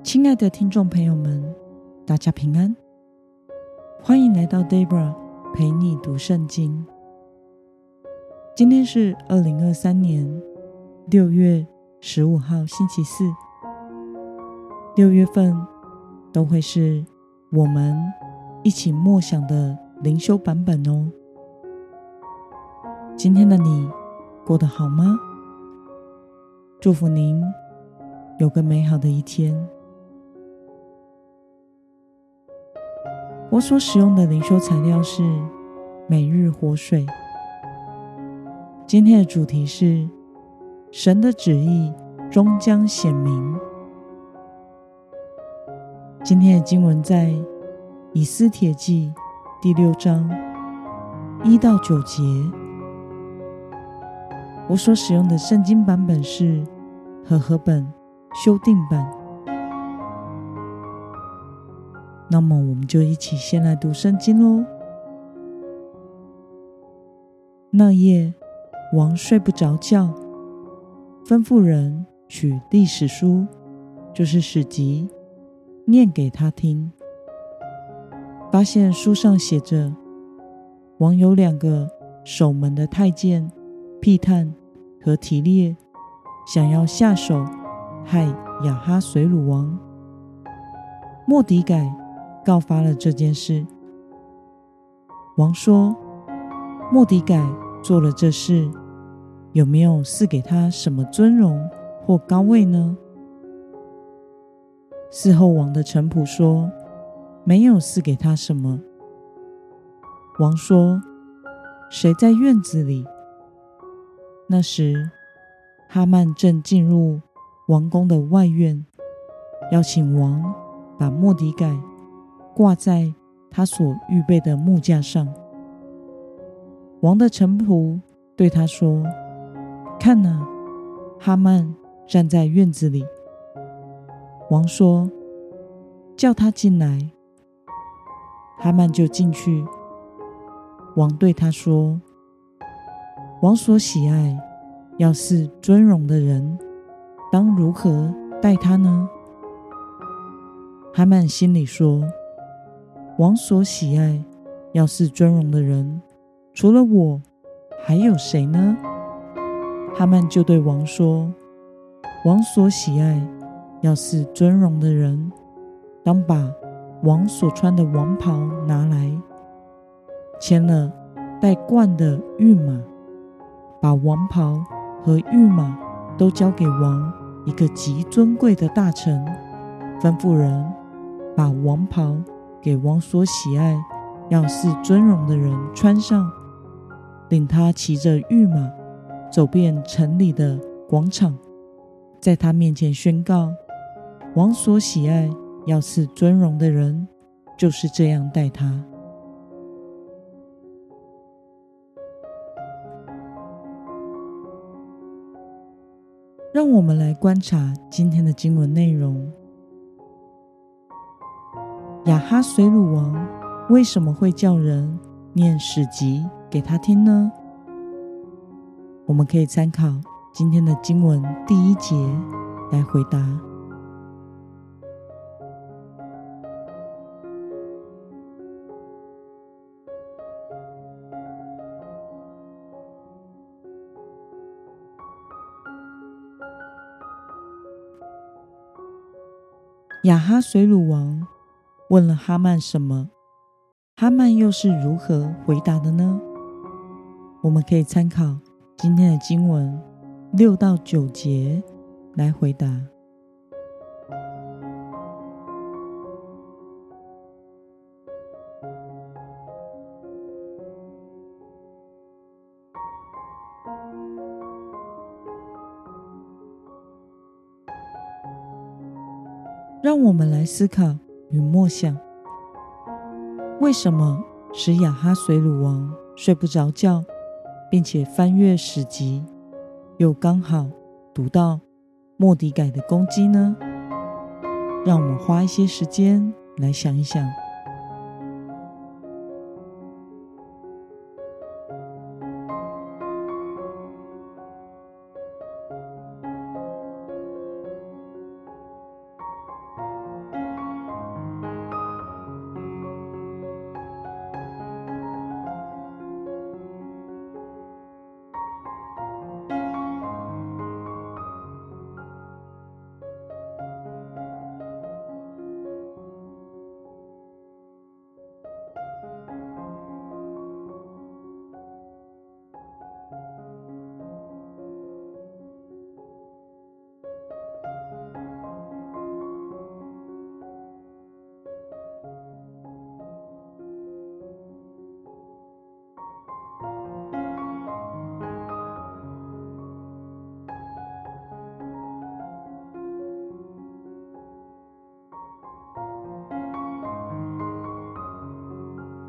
亲爱的听众朋友们，大家平安，欢迎来到 Debra 陪你读圣经。今天是2023年6月15号星期四。6月份都会是我们一起默想的灵修版本哦。今天的你过得好吗？祝福您有个美好的一天。我所使用的灵修材料是每日活水。今天的主题是神的旨意终将显明。今天的经文在以斯帖记第6章1到9节。我所使用的圣经版本是和合本修订版。那么我们就一起先来读圣经咯。那夜王睡不着觉，吩咐人取历史书，就是史籍，念给他听。发现书上写着，王有2个守门的太监辟探和提列，想要下手害亚哈随鲁王。末底改告发了这件事。王说，末底改做了这事，有没有赐给他什么尊荣或高位呢？伺候王的臣仆说，没有赐给他什么。王说，谁在院子里？那时哈曼正进入王宫的外院，要请王把末底改挂在他所预备的木架上。王的臣仆对他说，看哪，哈曼站在院子里。王说，叫他进来。哈曼就进去。王对他说，王所喜爱要是尊荣的人，当如何待他呢？哈曼心里说，王所喜爱要是尊荣的人，除了我，还有谁呢？哈曼就对王说，王所喜爱要是尊荣的人，当把王所穿的王袍拿来，牵了带冠的御马，把王袍和御马都交给王一个极尊贵的大臣，吩咐人把王袍给王所喜爱要是尊荣的人穿上，领他骑着御马走遍城里的广场，在他面前宣告，王所喜爱要是尊荣的人，就是这样待他。让我们来观察今天的经文内容。亚哈随鲁王为什么会叫人念史籍给他听呢？我们可以参考今天的经文第1节来回答。亚哈随鲁王问了哈曼什么？哈曼又是如何回答的呢？我们可以参考今天的经文6到9节来回答。让我们来思考与默想，为什么使亚哈随鲁王睡不着觉，并且翻阅史籍，又刚好读到末底改的攻击呢？让我们花一些时间来想一想。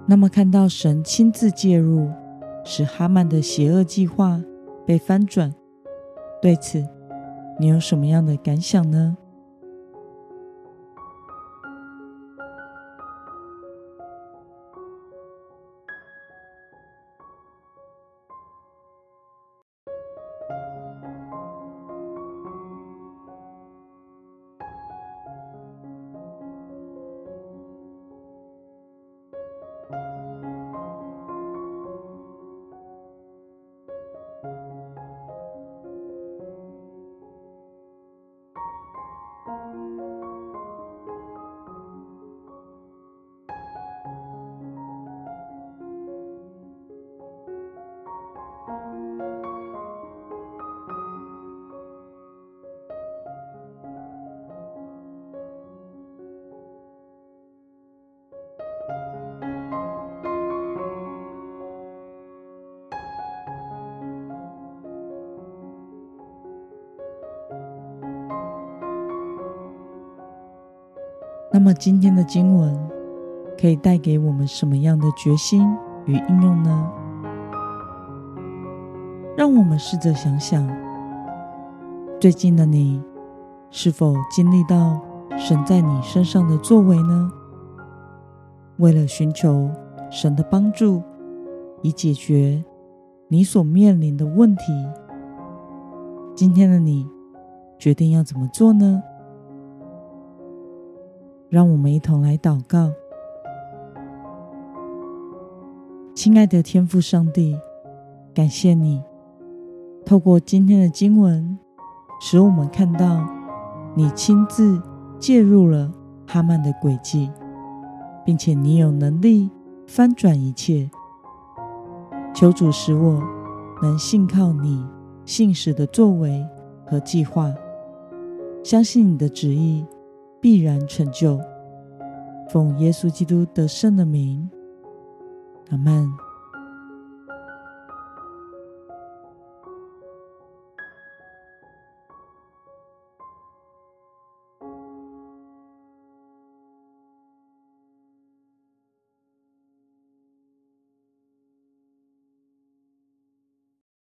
那么看到神亲自介入，使哈曼的邪恶计划被翻转，对此你有什么样的感想呢？那么今天的经文可以带给我们什么样的决心与应用呢？让我们试着想想，最近的你是否经历到神在你身上的作为呢？为了寻求神的帮助，以解决你所面临的问题，今天的你决定要怎么做呢？让我们一同来祷告。亲爱的天父上帝，感谢你透过今天的经文，使我们看到你亲自介入了哈曼的诡计，并且你有能力翻转一切。求主使我能信靠你信实的作为和计划，相信你的旨意必然成就。奉耶稣基督得胜的名，阿们。